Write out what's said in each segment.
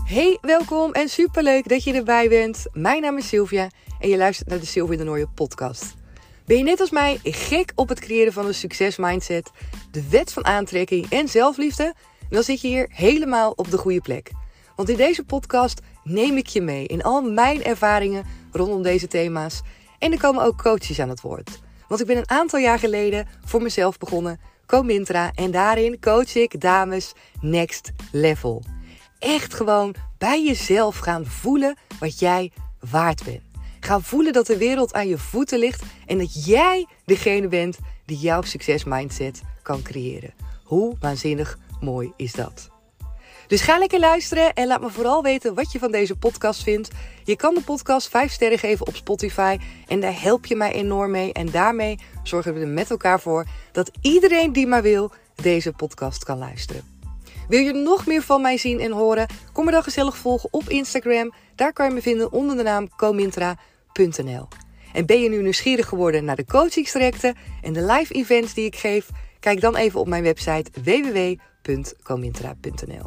Hey, welkom en superleuk dat je erbij bent. Mijn naam is Sylvia en je luistert naar de Sylvia de Nooijen podcast. Ben je net als mij gek op het creëren van een succesmindset, de wet van aantrekking en zelfliefde? Dan zit je hier helemaal op de goede plek. Want in deze podcast neem ik je mee in al mijn ervaringen rondom deze thema's. En er komen ook coaches aan het woord. Want ik ben een aantal jaar geleden voor mezelf begonnen, Comintra, en daarin coach ik dames next level. Echt gewoon bij jezelf gaan voelen wat jij waard bent. Gaan voelen dat de wereld aan je voeten ligt en dat jij degene bent die jouw succesmindset kan creëren. Hoe waanzinnig mooi is dat? Dus ga lekker luisteren en laat me vooral weten wat je van deze podcast vindt. Je kan de podcast 5 sterren geven op Spotify en daar help je mij enorm mee. En daarmee zorgen we er met elkaar voor dat iedereen die maar wil deze podcast kan luisteren. Wil je nog meer van mij zien en horen? Kom me dan gezellig volgen op Instagram. Daar kan je me vinden onder de naam comintra.nl. En ben je nu nieuwsgierig geworden naar de coachingstrajecten en de live events die ik geef? Kijk dan even op mijn website www.comintra.nl.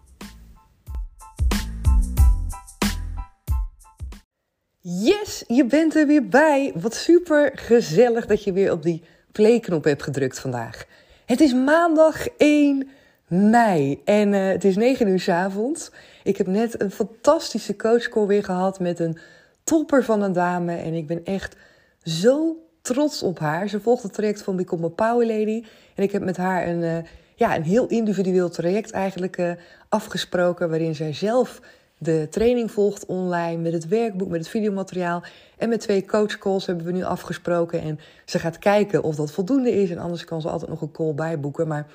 Yes, je bent er weer bij. Wat super gezellig dat je weer op die playknop hebt gedrukt vandaag. Het is maandag 1 mei en het is 9 uur 's avonds. Ik heb net een fantastische coachcall weer gehad met een topper van een dame. En ik ben echt zo trots op haar. Ze volgt het traject van Become a Power Lady. En ik heb met haar een heel individueel traject eigenlijk afgesproken, waarin zij zelf de training volgt online, met het werkboek, met het videomateriaal. En met 2 coachcalls hebben we nu afgesproken. En ze gaat kijken of dat voldoende is. En anders kan ze altijd nog een call bijboeken. Maar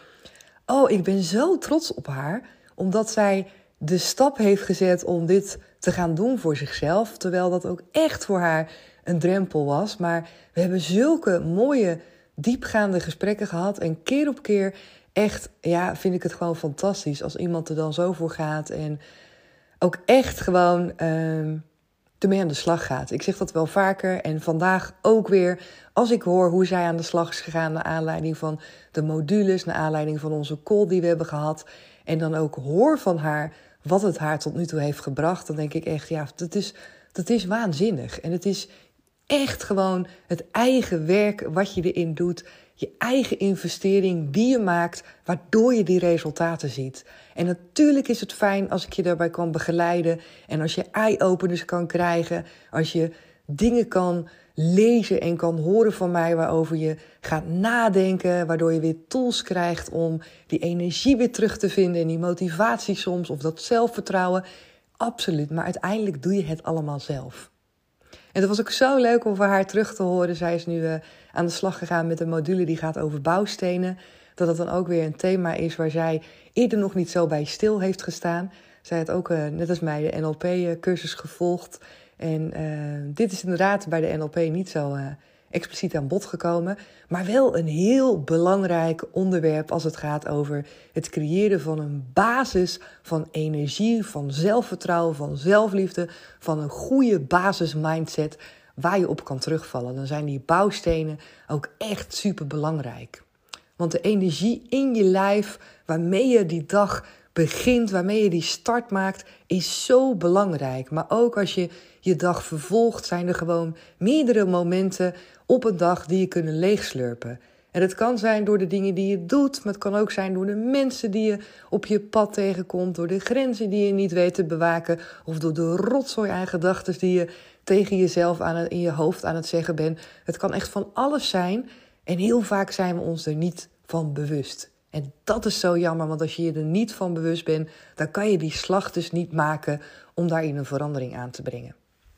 ik ben zo trots op haar, omdat zij de stap heeft gezet om dit te gaan doen voor zichzelf. Terwijl dat ook echt voor haar een drempel was. Maar we hebben zulke mooie, diepgaande gesprekken gehad. En keer op keer echt, vind ik het gewoon fantastisch als iemand er dan zo voor gaat. En ook echt gewoon ermee aan de slag gaat. Ik zeg dat wel vaker en vandaag ook weer. Als ik hoor hoe zij aan de slag is gegaan naar aanleiding van de modules, naar aanleiding van onze call die we hebben gehad. En dan ook hoor van haar wat het haar tot nu toe heeft gebracht. Dan denk ik echt, dat is waanzinnig. En het is echt gewoon het eigen werk wat je erin doet. Je eigen investering die je maakt, waardoor je die resultaten ziet. En natuurlijk is het fijn als ik je daarbij kan begeleiden. En als je eye-openers kan krijgen. Als je dingen kan lezen en kan horen van mij waarover je gaat nadenken. Waardoor je weer tools krijgt om die energie weer terug te vinden. En die motivatie soms of dat zelfvertrouwen. Absoluut, maar uiteindelijk doe je het allemaal zelf. En dat was ook zo leuk om van haar terug te horen. Zij is nu aan de slag gegaan met een module die gaat over bouwstenen. Dat het dan ook weer een thema is waar zij eerder nog niet zo bij stil heeft gestaan. Zij had ook, net als mij, de NLP-cursus gevolgd. En dit is inderdaad bij de NLP niet zo expliciet aan bod gekomen. Maar wel een heel belangrijk onderwerp als het gaat over het creëren van een basis van energie, van zelfvertrouwen, van zelfliefde, van een goede basismindset waar je op kan terugvallen. Dan zijn die bouwstenen ook echt super belangrijk. Want de energie in je lijf waarmee je die dag begint, waarmee je die start maakt, is zo belangrijk. Maar ook als je je dag vervolgt, zijn er gewoon meerdere momenten op een dag die je kunnen leegslurpen. En het kan zijn door de dingen die je doet, maar het kan ook zijn door de mensen die je op je pad tegenkomt, door de grenzen die je niet weet te bewaken, of door de rotzooi aan gedachten die je tegen jezelf in je hoofd aan het zeggen bent. Het kan echt van alles zijn en heel vaak zijn we ons er niet van bewust. En dat is zo jammer, want als je je er niet van bewust bent, dan kan je die slag dus niet maken om daarin een verandering aan te brengen.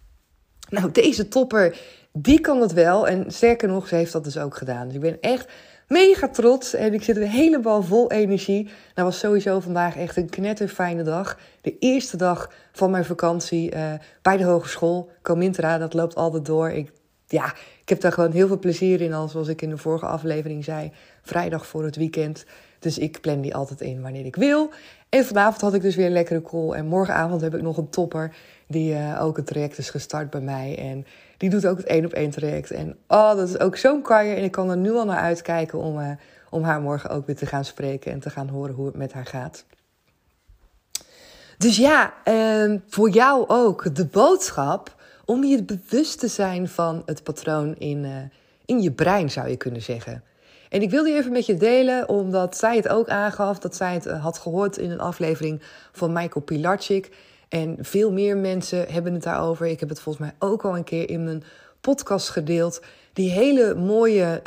Nou, deze topper, die kan het wel. En sterker nog, ze heeft dat dus ook gedaan. Dus ik ben echt mega trots en ik zit er helemaal vol energie. Nou was sowieso vandaag echt een knetterfijne dag. De eerste dag van mijn vakantie bij de hogeschool. Comintra, dat loopt altijd door. Ik heb daar gewoon heel veel plezier in, zoals ik in de vorige aflevering zei. Vrijdag voor het weekend. Dus ik plan die altijd in wanneer ik wil. En vanavond had ik dus weer een lekkere call. En morgenavond heb ik nog een topper die ook een traject is gestart bij mij. En die doet ook het 1-op-1 traject. En dat is ook zo'n kanjer. En ik kan er nu al naar uitkijken om haar morgen ook weer te gaan spreken. En te gaan horen hoe het met haar gaat. Dus ja, voor jou ook de boodschap om je bewust te zijn van het patroon in je brein, zou je kunnen zeggen. En ik wil die even met je delen, omdat zij het ook aangaf, dat zij het had gehoord in een aflevering van Michael Pilarczyk. En veel meer mensen hebben het daarover. Ik heb het volgens mij ook al een keer in mijn podcast gedeeld. Die hele mooie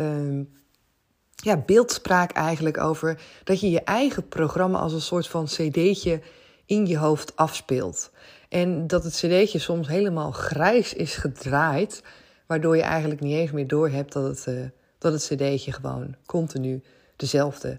beeldspraak eigenlijk over dat je je eigen programma als een soort van cd'tje in je hoofd afspeelt. En dat het cd'tje soms helemaal grijs is gedraaid, waardoor je eigenlijk niet eens meer doorhebt dat het cd'tje gewoon continu dezelfde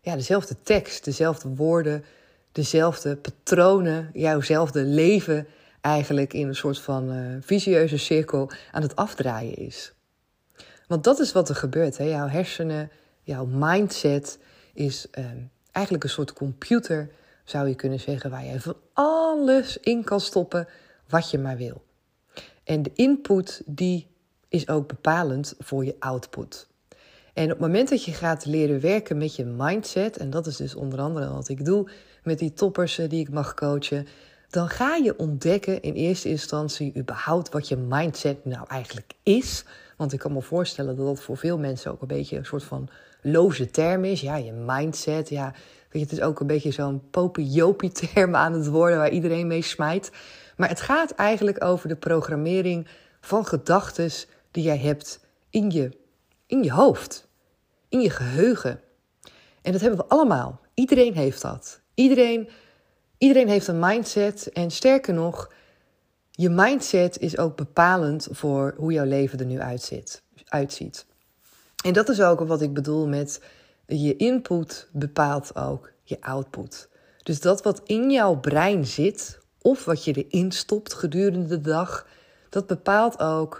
tekst, dezelfde woorden, dezelfde patronen, jouwzelfde leven eigenlijk in een soort van vicieuze cirkel aan het afdraaien is. Want dat is wat er gebeurt. Hè? Jouw hersenen, jouw mindset is eigenlijk een soort computer, zou je kunnen zeggen, waar je van alles in kan stoppen wat je maar wil. En de input, die is ook bepalend voor je output. En op het moment dat je gaat leren werken met je mindset, en dat is dus onder andere wat ik doe met die toppers die ik mag coachen, dan ga je ontdekken in eerste instantie überhaupt wat je mindset nou eigenlijk is. Want ik kan me voorstellen dat dat voor veel mensen ook een beetje een soort van loze term is. Ja, je mindset, ja, weet je, het is ook een beetje zo'n popiopie term aan het worden waar iedereen mee smijt. Maar het gaat eigenlijk over de programmering van gedachten die jij hebt in je hoofd, in je geheugen. En dat hebben we allemaal. Iedereen heeft dat. Iedereen heeft een mindset. En sterker nog, je mindset is ook bepalend voor hoe jouw leven er nu uitziet. En dat is ook wat ik bedoel met je input bepaalt ook je output. Dus dat wat in jouw brein zit, of wat je erin stopt gedurende de dag, dat bepaalt ook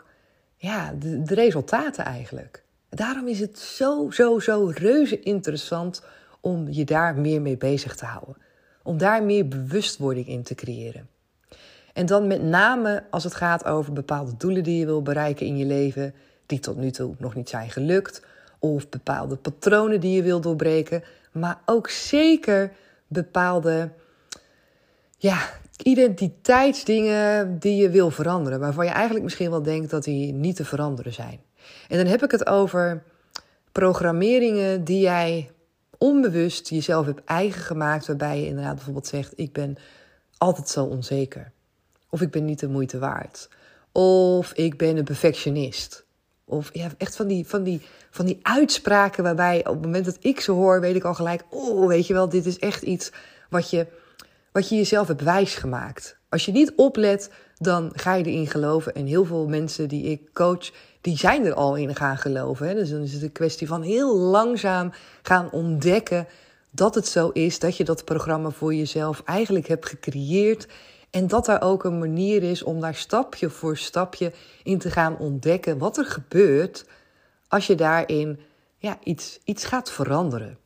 de resultaten eigenlijk. Daarom is het zo reuze interessant om je daar meer mee bezig te houden. Om daar meer bewustwording in te creëren. En dan met name als het gaat over bepaalde doelen die je wil bereiken in je leven, die tot nu toe nog niet zijn gelukt. Of bepaalde patronen die je wil doorbreken. Maar ook zeker bepaalde identiteitsdingen die je wil veranderen. Waarvan je eigenlijk misschien wel denkt dat die niet te veranderen zijn. En dan heb ik het over programmeringen die jij onbewust jezelf hebt eigen gemaakt. Waarbij je inderdaad bijvoorbeeld zegt, ik ben altijd zo onzeker. Of ik ben niet de moeite waard. Of ik ben een perfectionist. Of echt van die uitspraken waarbij op het moment dat ik ze hoor, weet ik al gelijk, weet je wel, dit is echt iets wat je jezelf hebt wijsgemaakt. Als je niet oplet, dan ga je erin geloven. En heel veel mensen die ik coach, die zijn er al in gaan geloven. Hè? Dus dan is het een kwestie van heel langzaam gaan ontdekken dat het zo is, dat je dat programma voor jezelf eigenlijk hebt gecreëerd. En dat daar ook een manier is om daar stapje voor stapje in te gaan ontdekken wat er gebeurt als je daarin iets gaat veranderen.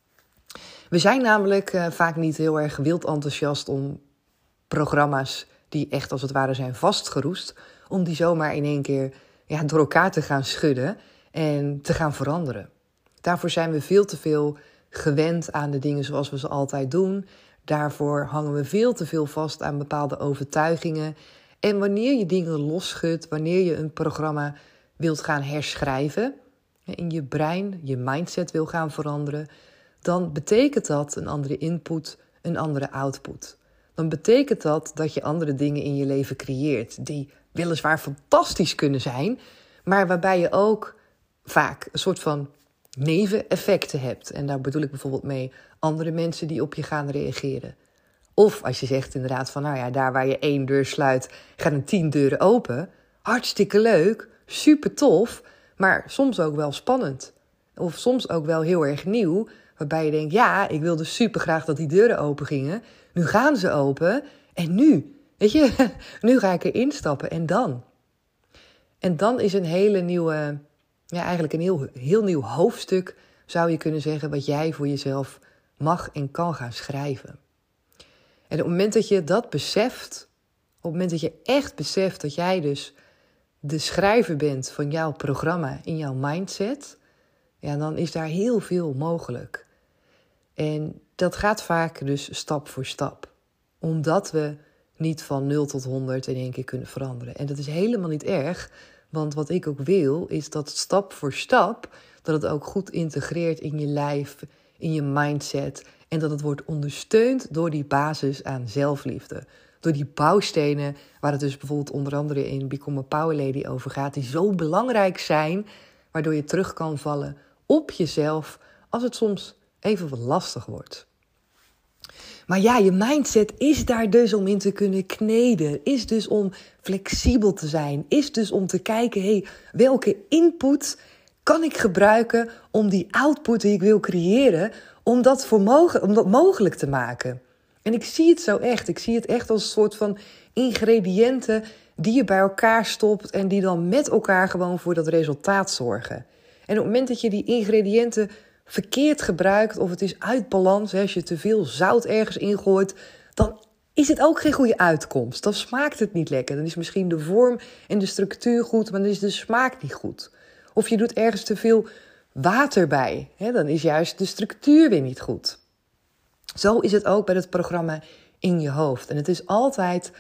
We zijn namelijk vaak niet heel erg wild enthousiast om programma's die echt als het ware zijn vastgeroest, om die zomaar in één keer door elkaar te gaan schudden en te gaan veranderen. Daarvoor zijn we veel te veel gewend aan de dingen zoals we ze altijd doen. Daarvoor hangen we veel te veel vast aan bepaalde overtuigingen. En wanneer je dingen losschudt, wanneer je een programma wilt gaan herschrijven, in je brein, je mindset wil gaan veranderen, dan betekent dat een andere input, een andere output. Dan betekent dat je andere dingen in je leven creëert die weliswaar fantastisch kunnen zijn, maar waarbij je ook vaak een soort van neveneffecten hebt. En daar bedoel ik bijvoorbeeld mee andere mensen die op je gaan reageren. Of als je zegt inderdaad van, daar waar je 1 deur sluit, gaan er 10 deuren open. Hartstikke leuk, super tof, maar soms ook wel spannend. Of soms ook wel heel erg nieuw, waarbij je denkt, ik wilde super graag dat die deuren open gingen. Nu gaan ze open en nu, weet je, nu ga ik erin stappen en dan? En dan is een hele nieuwe, eigenlijk een heel nieuw hoofdstuk, zou je kunnen zeggen, wat jij voor jezelf mag en kan gaan schrijven. En op het moment dat je dat beseft, op het moment dat je echt beseft dat jij dus de schrijver bent van jouw programma in jouw mindset, dan is daar heel veel mogelijk. En dat gaat vaak dus stap voor stap. Omdat we niet van 0 tot 100 in één keer kunnen veranderen. En dat is helemaal niet erg. Want wat ik ook wil, is dat stap voor stap, dat het ook goed integreert in je lijf, in je mindset. En dat het wordt ondersteund door die basis aan zelfliefde. Door die bouwstenen, waar het dus bijvoorbeeld onder andere in Become a Power Lady over gaat, die zo belangrijk zijn, waardoor je terug kan vallen op jezelf als het soms even wat lastig wordt. Maar ja, je mindset is daar dus om in te kunnen kneden. Is dus om flexibel te zijn. Is dus om te kijken, welke input kan ik gebruiken om die output die ik wil creëren, om dat mogelijk te maken. En ik zie het zo echt. Ik zie het echt als een soort van ingrediënten die je bij elkaar stopt en die dan met elkaar gewoon voor dat resultaat zorgen. En op het moment dat je die ingrediënten verkeerd gebruikt of het is uit balans, als je te veel zout ergens ingooit, dan is het ook geen goede uitkomst. Dan smaakt het niet lekker. Dan is misschien de vorm en de structuur goed, maar dan is de smaak niet goed. Of je doet ergens te veel water bij, dan is juist de structuur weer niet goed. Zo is het ook bij het programma in je hoofd. En het is altijd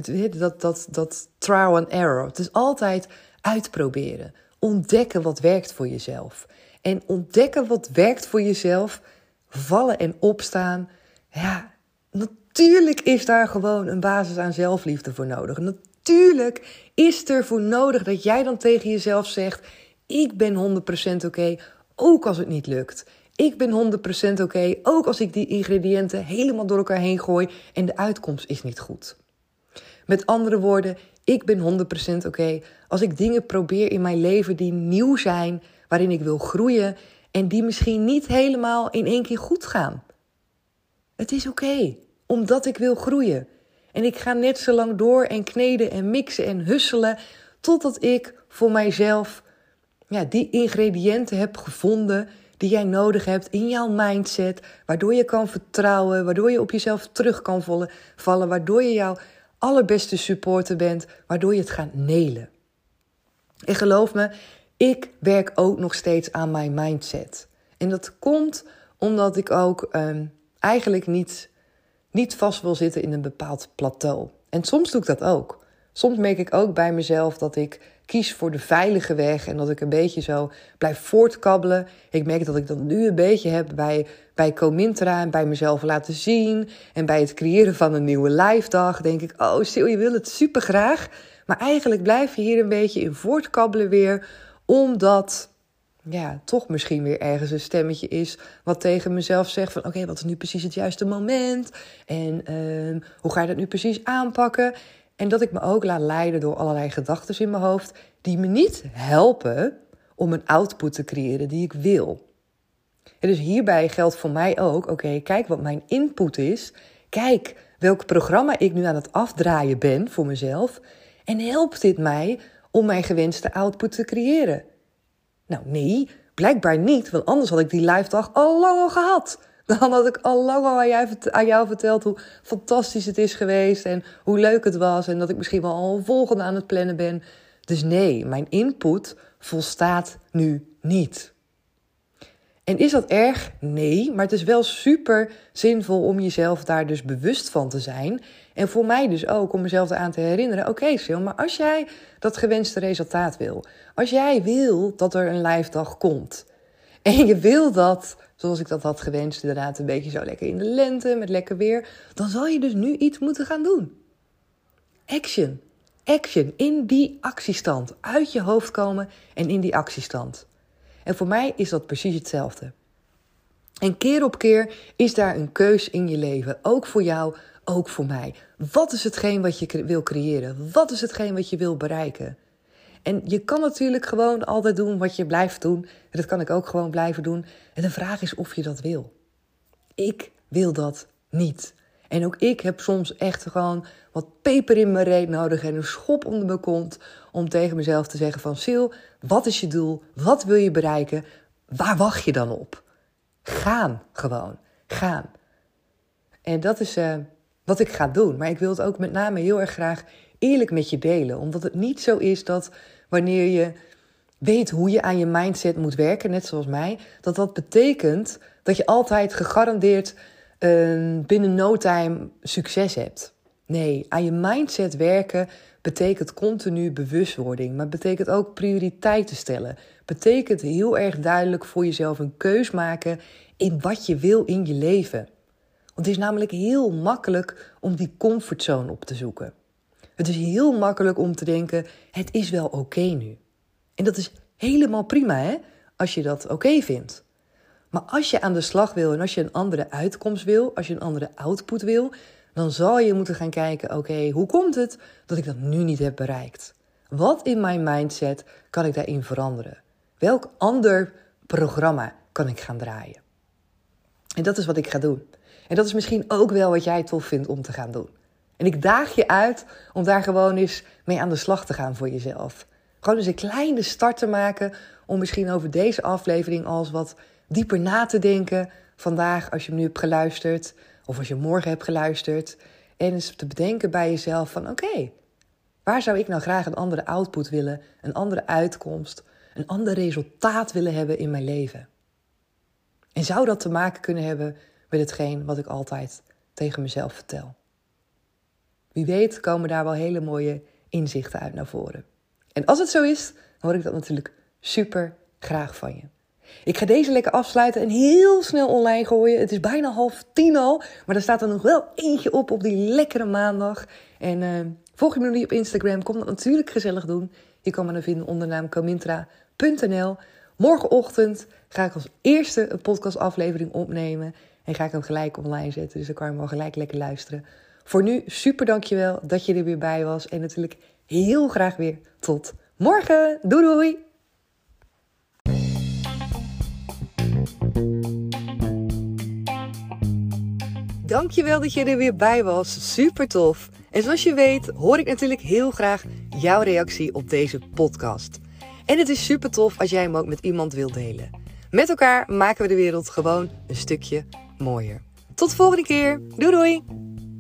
dat trial and error. Het is altijd uitproberen. Ontdekken wat werkt voor jezelf. En ontdekken wat werkt voor jezelf, vallen en opstaan. Ja, natuurlijk is daar gewoon een basis aan zelfliefde voor nodig. Natuurlijk is er voor nodig dat jij dan tegen jezelf zegt, ik ben 100% oké, ook als het niet lukt. Ik ben 100% oké, ook als ik die ingrediënten helemaal door elkaar heen gooi en de uitkomst is niet goed. Met andere woorden, ik ben 100% oké als ik dingen probeer in mijn leven die nieuw zijn, waarin ik wil groeien en die misschien niet helemaal in één keer goed gaan. Het is oké, omdat ik wil groeien. En ik ga net zo lang door en kneden en mixen en husselen, totdat ik voor mijzelf die ingrediënten heb gevonden die jij nodig hebt in jouw mindset, waardoor je kan vertrouwen, waardoor je op jezelf terug kan vallen, waardoor je jouw allerbeste supporter bent, waardoor je het gaat nailen. En geloof me, ik werk ook nog steeds aan mijn mindset. En dat komt omdat ik ook eigenlijk niet vast wil zitten in een bepaald plateau. En soms doe ik dat ook. Soms merk ik ook bij mezelf dat ik kies voor de veilige weg en dat ik een beetje zo blijf voortkabbelen. Ik merk dat ik dat nu een beetje heb bij Comintra en bij mezelf laten zien. En bij het creëren van een nieuwe live dag denk ik, Sil, je wil het super graag. Maar eigenlijk blijf je hier een beetje in voortkabbelen weer, omdat toch misschien weer ergens een stemmetje is wat tegen mezelf zegt van oké, wat is nu precies het juiste moment? En hoe ga je dat nu precies aanpakken? En dat ik me ook laat leiden door allerlei gedachten in mijn hoofd die me niet helpen om een output te creëren die ik wil. En dus hierbij geldt voor mij ook, kijk wat mijn input is. Kijk welk programma ik nu aan het afdraaien ben voor mezelf. En helpt dit mij om mijn gewenste output te creëren? Nou nee, blijkbaar niet, want anders had ik die live dag al lang al gehad. Dan had ik al lang al aan jou verteld hoe fantastisch het is geweest en hoe leuk het was en dat ik misschien wel al een volgende aan het plannen ben. Dus nee, mijn input volstaat nu niet. En is dat erg? Nee, maar het is wel super zinvol om jezelf daar dus bewust van te zijn. En voor mij dus ook om mezelf eraan te herinneren, Sil, maar als jij dat gewenste resultaat wil, als jij wil dat er een live dag komt en je wil dat, zoals ik dat had gewenst, inderdaad een beetje zo lekker in de lente met lekker weer, dan zal je dus nu iets moeten gaan doen. Action, in die actiestand, uit je hoofd komen en in die actiestand. En voor mij is dat precies hetzelfde. En keer op keer is daar een keus in je leven, ook voor jou, ook voor mij. Wat is hetgeen wat je wil creëren? Wat is hetgeen wat je wil bereiken? En je kan natuurlijk gewoon altijd doen wat je blijft doen. En dat kan ik ook gewoon blijven doen. En de vraag is of je dat wil. Ik wil dat niet. En ook ik heb soms echt gewoon wat peper in mijn reet nodig en een schop onder mijn kont om tegen mezelf te zeggen van Sil, wat is je doel? Wat wil je bereiken? Waar wacht je dan op? Gaan gewoon. Gaan. En dat is wat ik ga doen. Maar ik wil het ook met name heel erg graag eerlijk met je delen. Omdat het niet zo is dat wanneer je weet hoe je aan je mindset moet werken, net zoals mij, dat betekent dat je altijd gegarandeerd binnen no time succes hebt. Nee, aan je mindset werken betekent continu bewustwording. Maar betekent ook prioriteiten stellen. Betekent heel erg duidelijk voor jezelf een keus maken in wat je wil in je leven. Want het is namelijk heel makkelijk om die comfortzone op te zoeken. Het is heel makkelijk om te denken, het is wel oké nu. En dat is helemaal prima, hè? Als je dat oké vindt. Maar als je aan de slag wil en als je een andere uitkomst wil, als je een andere output wil, dan zal je moeten gaan kijken, oké, hoe komt het dat ik dat nu niet heb bereikt? Wat in mijn mindset kan ik daarin veranderen? Welk ander programma kan ik gaan draaien? En dat is wat ik ga doen. En dat is misschien ook wel wat jij tof vindt om te gaan doen. En ik daag je uit om daar gewoon eens mee aan de slag te gaan voor jezelf. Gewoon eens een kleine start te maken om misschien over deze aflevering als wat dieper na te denken. Vandaag als je hem nu hebt geluisterd of als je morgen hebt geluisterd. En eens te bedenken bij jezelf van oké, waar zou ik nou graag een andere output willen, een andere uitkomst, een ander resultaat willen hebben in mijn leven? En zou dat te maken kunnen hebben met hetgeen wat ik altijd tegen mezelf vertel? Wie weet komen daar wel hele mooie inzichten uit naar voren. En als het zo is, dan hoor ik dat natuurlijk super graag van je. Ik ga deze lekker afsluiten en heel snel online gooien. Het is bijna 9:30 al, maar er staat er nog wel eentje op die lekkere maandag. En volg je me nog niet op Instagram, kom dat natuurlijk gezellig doen. Je kan me dan vinden onder naam comintra.nl. Morgenochtend ga ik als eerste een podcastaflevering opnemen en ga ik hem gelijk online zetten. Dus dan kan je hem al gelijk lekker luisteren. Voor nu super dankjewel dat je er weer bij was. En natuurlijk heel graag weer tot morgen. Doei doei! Dankjewel dat je er weer bij was. Super tof. En zoals je weet hoor ik natuurlijk heel graag jouw reactie op deze podcast. En het is super tof als jij hem ook met iemand wilt delen. Met elkaar maken we de wereld gewoon een stukje mooier. Tot de volgende keer. Doei doei!